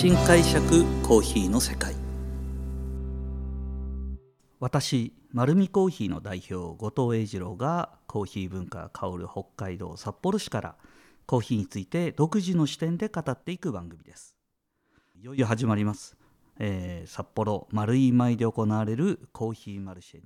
新解釈コーヒーの世界。私丸見コーヒーの代表後藤英二郎がコーヒー文化が香る北海道札幌市からコーヒーについて独自の視点で語っていく番組です。いよいよ始まります。札幌丸井舞で行われるコーヒーマルシェ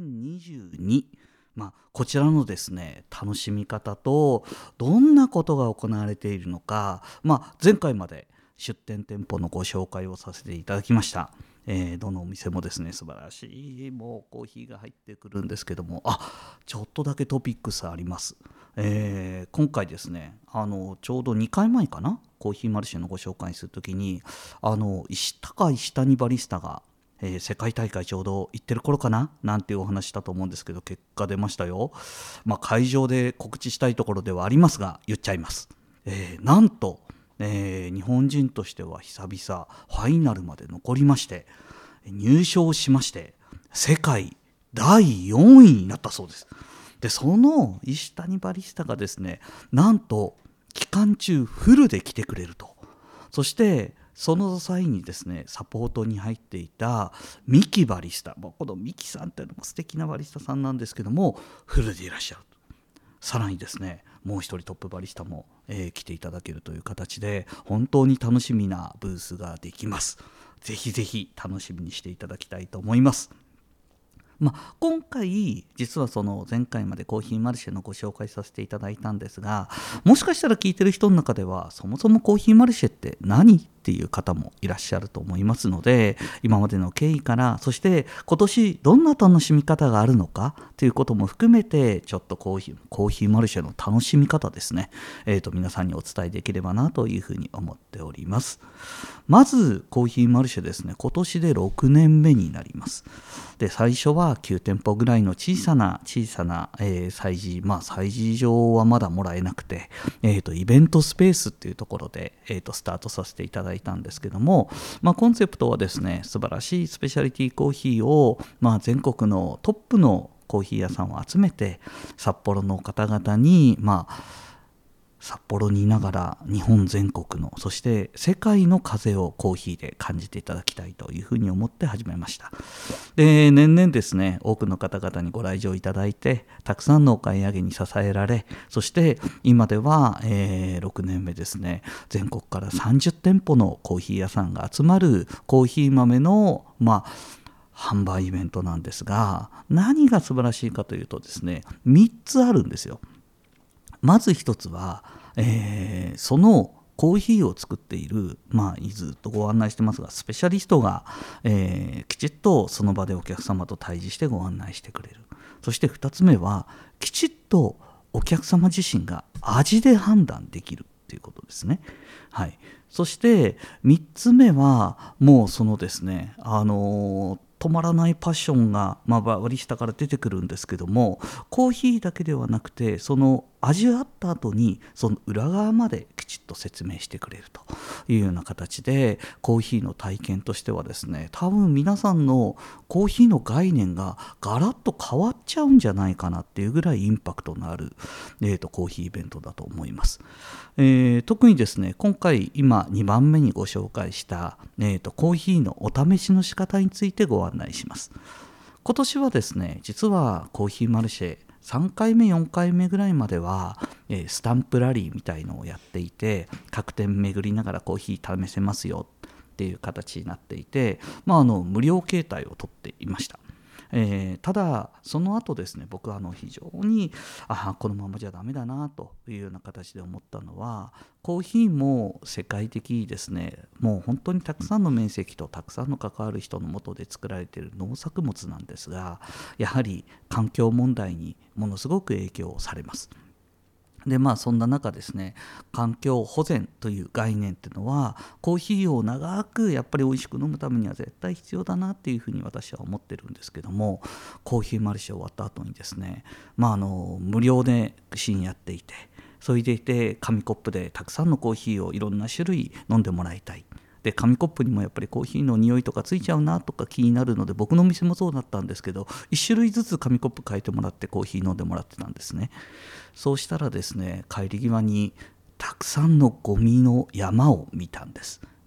2022、こちらのですね楽しみ方とどんなことが行われているのか、前回まで出店店舗のご紹介をさせていただきました。どのお店もですね素晴らしいもうコーヒーが入ってくるんですけども、ちょっとだけトピックスあります。今回ですねちょうど2回前かな、コーヒーマルシェのご紹介するときに石谷バリスタが世界大会ちょうど行ってる頃かななんていうお話したと思うんですけど、結果出ましたよ。会場で告知したいところではありますが言っちゃいます。なんと日本人としては久々ファイナルまで残りまして入賞しまして、世界第4位になったそうです。でその石谷バリスタがですねなんと期間中フルで来てくれると。そしてその際にですねサポートに入っていた三木バリスタ、この三木さんっていうのも素敵なバリスタさんなんですけどもフルでいらっしゃる。さらにですねもう一人トップバリスタも、来ていただけるという形で本当に楽しみなブースができます。ぜひぜひ楽しみにしていただきたいと思います。今回実はその前回までコーヒーマルシェのご紹介させていただいたんですが、もしかしたら聞いてる人の中ではそもそもコーヒーマルシェって何っていう方もいらっしゃると思いますので、今までの経緯からそして今年どんな楽しみ方があるのかということも含めてちょっとコーヒーマルシェの楽しみ方ですね、皆さんにお伝えできればなというふうに思っております。まずコーヒーマルシェですね、今年で6年目になります。で最初は9店舗ぐらいの小さな、催事、催事場はまだもらえなくて、イベントスペースっていうところで、スタートさせていただいたんですけども、コンセプトはですね素晴らしいスペシャリティコーヒーを、全国のトップのコーヒー屋さんを集めて札幌の方々に札幌にいながら日本全国のそして世界の風をコーヒーで感じていただきたいというふうに思って始めました。で年々ですね多くの方々にご来場いただいてたくさんのお買い上げに支えられ、そして今では、6年目ですね全国から30店舗のコーヒー屋さんが集まるコーヒー豆の販売イベントなんですが、何が素晴らしいかというとですね3つあるんですよ。まず一つは、そのコーヒーを作っている、ずっとご案内してますがスペシャリストが、きちっとその場でお客様と対峙してご案内してくれる。そして2つ目はきちっとお客様自身が味で判断できるということですね。そして3つ目はもうそのですね止まらないパッションが、バリスタから出てくるんですけども、コーヒーだけではなくてその味わった後にその裏側まできちっと説明してくれるというような形でコーヒーの体験としてはですね多分皆さんのコーヒーの概念がガラッと変わっちゃうんじゃないかなっていうぐらいインパクトのある、コーヒーイベントだと思います。特にですね今回今2番目にご紹介した、コーヒーのお試しの仕方についてご案内します。今年はですね実はコーヒーマルシェ3回目4回目ぐらいまでは、スタンプラリーみたいのをやっていて各店巡りながらコーヒー試せますよっていう形になっていて、無料形態をとっていました。ただその後ですね僕は非常にこのままじゃダメだなというような形で思ったのは、コーヒーも世界的にですねもう本当にたくさんの面積とたくさんの関わる人の下で作られている農作物なんですが、やはり環境問題にものすごく影響されます。でそんな中ですね環境保全という概念っていうのはコーヒーを長くやっぱり美味しく飲むためには絶対必要だなっていうふうに私は思ってるんですけども、コーヒーマルシェ終わった後にですね、無料で試飲やっていて、それでいて紙コップでたくさんのコーヒーをいろんな種類飲んでもらいたい。で紙コップにもやっぱりコーヒーの匂いとかついちゃうなとか気になるので、僕の店もそうだったんですけど1種類ずつ紙コップ変えてもらってコーヒー飲んでもらってたんですね。そうしたらですね帰り際にたくさんのゴミの山を見たんです。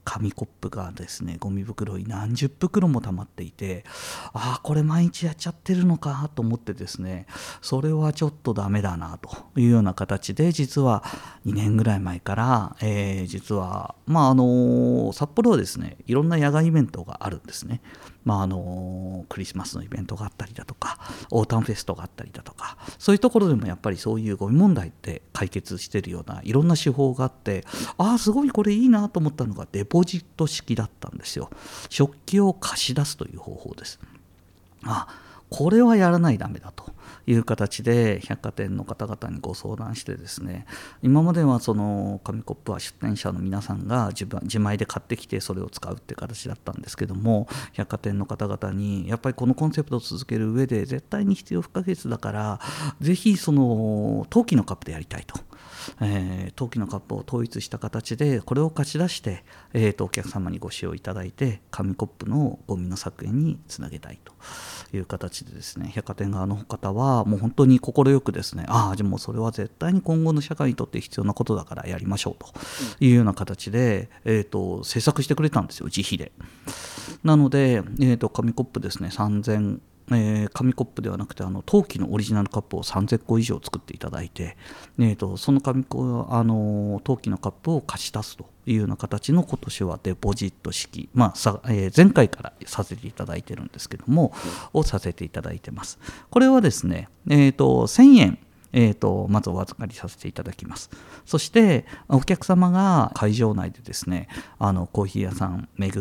紙コップがですねゴミ袋に何十袋も溜まっていて、これ毎日やっちゃってるのかと思ってですね、それはちょっとダメだなというような形で、実は2年ぐらい前から、実は札幌はですねいろんな野外イベントがあるんですね。クリスマスのイベントがあったりだとか、オータムフェストがあったりだとか、そういうところでもやっぱりそういうゴミ問題って解決してるようないろんな手法があって、すごいこれいいなと思ったのがデポジット式だったんですよ。食器を貸し出すという方法です。これはやらないとダメだという形で百貨店の方々にご相談してですね、今まではその紙コップは出店者の皆さんが自前で買ってきてそれを使うっていう形だったんですけども、百貨店の方々にやっぱりこのコンセプトを続ける上で絶対に必要不可欠だから、ぜひその陶器のカップでやりたいと。陶器のカップを統一した形でこれを貸し出して、お客様にご使用いただいて紙コップのゴミの削減につなげたいという形でですね、百貨店側の方はもう本当に快くですね、じゃあもうそれは絶対に今後の社会にとって必要なことだからやりましょうというような形で、制作してくれたんですよ、自費で。なので、紙コップですね3000、紙コップではなくて陶器のオリジナルカップを3000個以上作っていただいて、その陶器のカップを貸し出すというような形の今年はデポジット式、前回からさせていただいてるんですけども、をさせていただいてます。これはですね、1000円まずお預かりさせていただきます。そしてお客様が会場内でですねコーヒー屋さん巡って、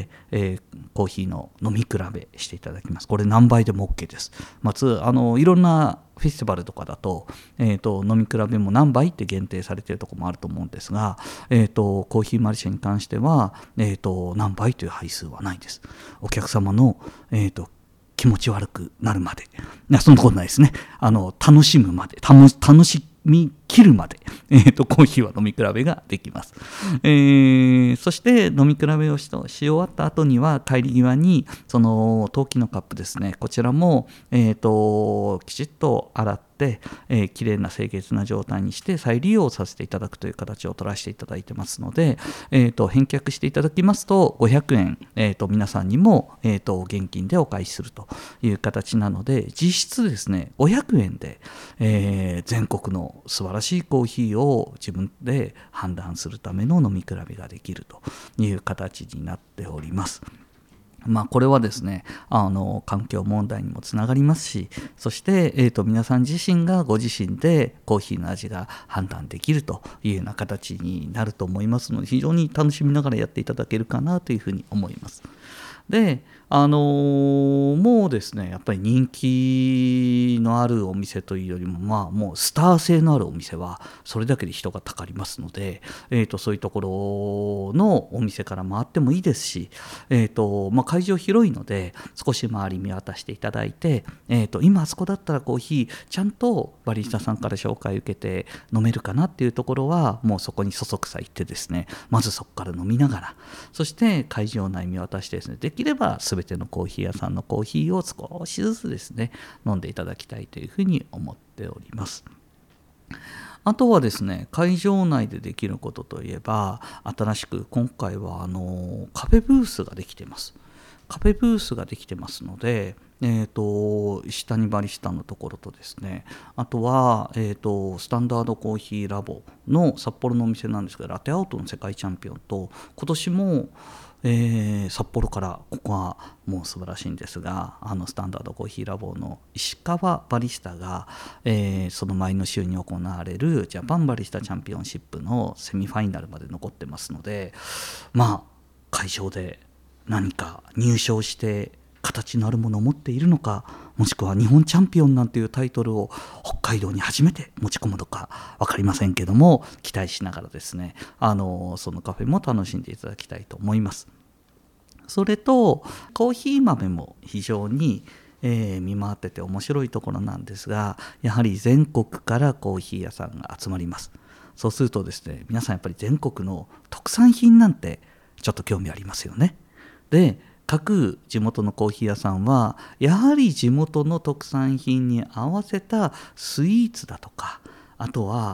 コーヒーの飲み比べしていただきます。これ何杯でも OK です。まずいろんなフェスティバルとかだと、飲み比べも何杯って限定されているところもあると思うんですが、コーヒーマルシェに関しては、何杯という配数はないです。お客様の、気持ち悪くなるまで、そんなことないですね。楽しむまで、楽しみ切るまで、コーヒーは飲み比べができます。そして飲み比べをし終わった後には帰り際にその陶器のカップですね、こちらも、きちっと洗って、きれいな清潔な状態にして再利用させていただくという形を取らせていただいてますので、返却していただきますと500円、皆さんにも、現金でお返しするという形なので、実質ですね500円で、全国の素晴らしいコーヒーを自分で判断するための飲み比べができるという形になっております。これはですね環境問題にもつながりますし、そして、皆さん自身がご自身でコーヒーの味が判断できるというような形になると思いますので、非常に楽しみながらやっていただけるかなというふうに思います。でもうですねやっぱり人気のあるお店というよりももうスター性のあるお店はそれだけで人がたかりますので、そういうところのお店から回ってもいいですし、会場広いので少し周り見渡していただいて、今あそこだったらコーヒーちゃんとバリスタさんから紹介を受けて飲めるかなっていうところはもうそこにそそくさ行ってですね、まずそこから飲みながら、そして会場内見渡してですね、できれば全てのコーヒー屋さんのコーヒーを少しずつですね飲んでいただきたいというふうに思っております。あとはですね、会場内でできることといえば、新しく今回はカフェブースができています。カフェブースができてますので、下にバリスタのところとですね、あとは、スタンダードコーヒーラボの札幌のお店なんですが、ラテアートの世界チャンピオンと今年も札幌からここはもう素晴らしいんですが、スタンダードコーヒーラボの石川バリスタが、その前の週に行われるジャパンバリスタチャンピオンシップのセミファイナルまで残ってますので、会場で何か入賞して形のあるものを持っているのか、もしくは日本チャンピオンなんていうタイトルを北海道に初めて持ち込むのか分かりませんけども、期待しながらですねそのカフェも楽しんでいただきたいと思います。それとコーヒー豆も非常に見回ってて面白いところなんですが、やはり全国からコーヒー屋さんが集まります。そうするとですね、皆さんやっぱり全国の特産品なんてちょっと興味ありますよね。で、各地元のコーヒー屋さんはやはり地元の特産品に合わせたスイーツだとか、あとは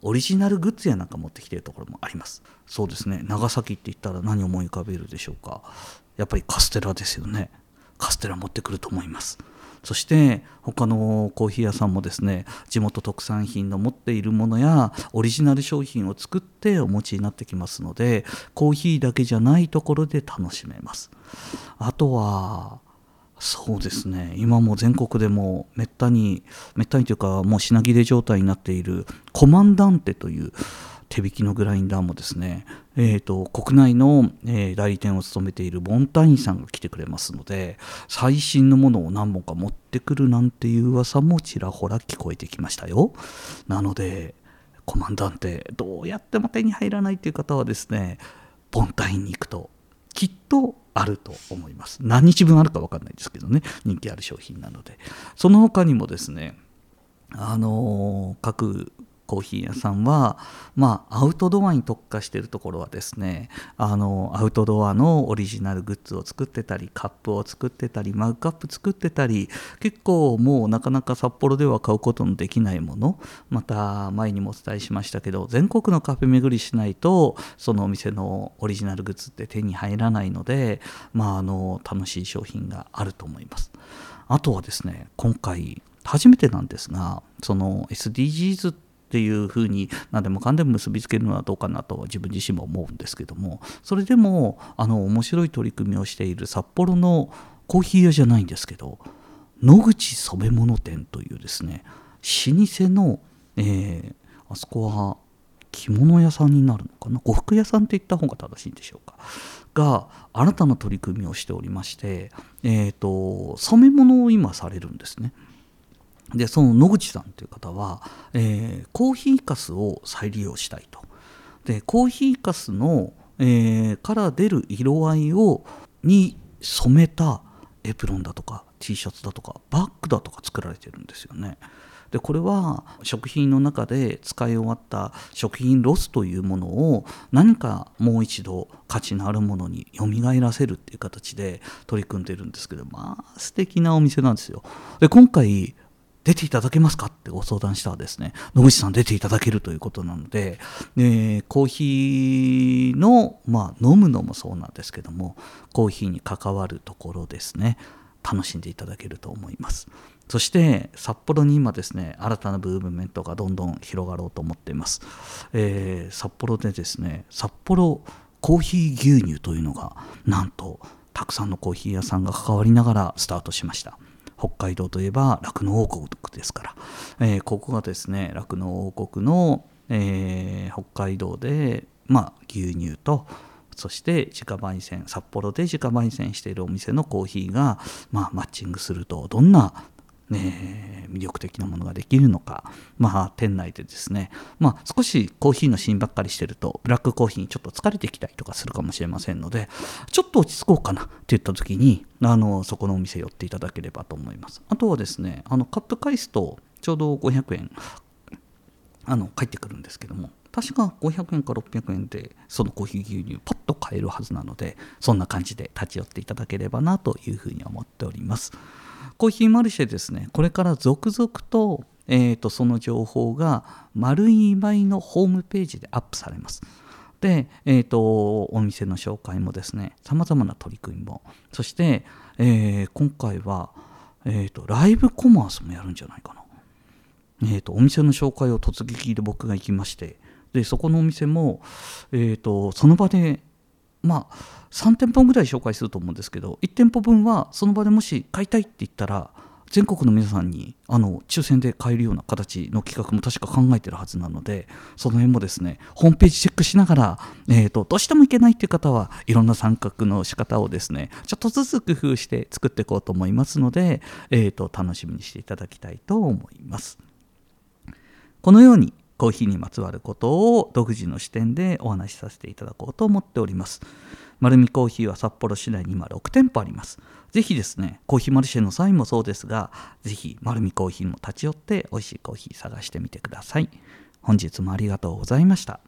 オリジナルグッズやなんか持ってきているところもあります。そうですね、長崎って言ったら何を思い浮かべるでしょうか。やっぱりカステラですよね。カステラ持ってくると思います。そして他のコーヒー屋さんもですね、地元特産品の持っているものやオリジナル商品を作ってお持ちになってきますので、コーヒーだけじゃないところで楽しめます。あとはそうですね、今も全国でもめったにというかもう品切れ状態になっているコマンダンテという手引きのグラインダーもですね、国内の、代理店を務めているボンタインさんが来てくれますので、最新のものを何本か持ってくるなんていう噂もちらほら聞こえてきましたよ。なのでコマンダンテどうやっても手に入らないという方はですね、ボンタインに行くときっとあると思います。何日分あるか分かんないですけどね、人気ある商品なので。その他にもですね、各コーヒー屋さんは、アウトドアに特化しているところはですね、アウトドアのオリジナルグッズを作ってたり、カップを作ってたり、マグカップ作ってたり、結構もうなかなか札幌では買うことのできないもの、また前にもお伝えしましたけど、全国のカフェ巡りしないとそのお店のオリジナルグッズって手に入らないので、楽しい商品があると思います。あとはですね、今回初めてなんですが、その SDGs っていうふうに何でもかんでも結びつけるのはどうかなと自分自身も思うんですけども、それでも面白い取り組みをしている札幌のコーヒー屋じゃないんですけど、野口染物店というですね、老舗の、あそこは着物屋さんになるのかな、呉服屋さんって言った方が正しいんでしょうか、が新たな取り組みをしておりまして、染め物を今されるんですね。でその野口さんという方は、コーヒーかすを再利用したいと。でコーヒーかすの、から出る色合いに染めたエプロンだとか T シャツだとかバッグだとか作られてるんですよね。でこれは食品の中で使い終わった食品ロスというものを何かもう一度価値のあるものに蘇らせるっていう形で取り組んでるんですけど、素敵なお店なんですよ。で今回出ていただけますかってご相談したらですね、野口さん出ていただけるということなので、コーヒーの、飲むのもそうなんですけども、コーヒーに関わるところですね、楽しんでいただけると思います。そして札幌に今ですね、新たなムーブメントがどんどん広がろうと思っています。札幌でですね、札幌コーヒー牛乳というのがなんとたくさんのコーヒー屋さんが関わりながらスタートしました。北海道といえば酪農王国ですから、ここがですね、酪農王国の、北海道で、牛乳とそして自家焙煎、札幌で自家焙煎しているお店のコーヒーが、マッチングするとどんな魅力的なものができるのか、店内でですね、少しコーヒーのシーンばっかりしてるとブラックコーヒーにちょっと疲れてきたりとかするかもしれませんので、ちょっと落ち着こうかなって言った時にそこのお店寄っていただければと思います。あとはですね、カップ返すとちょうど500円返ってくるんですけども、確か500円か600円でそのコーヒー牛乳パッと買えるはずなので、そんな感じで立ち寄っていただければなというふうに思っております。コーヒーマルシェですね、これから続々と、その情報が丸い祝いのホームページでアップされます。で、お店の紹介もですね、さまざまな取り組みも、そして、今回は、ライブコマースもやるんじゃないかな。お店の紹介を突撃で僕が行きまして、でそこのお店も、その場で3店舗ぐらい紹介すると思うんですけど、1店舗分はその場でもし買いたいって言ったら全国の皆さんに抽選で買えるような形の企画も確か考えてるはずなので、その辺もですね、ホームページチェックしながら、どうしてもいけないっていう方はいろんな参画の仕方をですね、ちょっとずつ工夫して作っていこうと思いますので、楽しみにしていただきたいと思います。このようにコーヒーにまつわることを独自の視点でお話しさせていただこうと思っております。丸見コーヒーは札幌市内に今6店舗あります。ぜひですね、コーヒーマルシェの際もそうですが、ぜひ丸見コーヒーにも立ち寄って美味しいコーヒー探してみてください。本日もありがとうございました。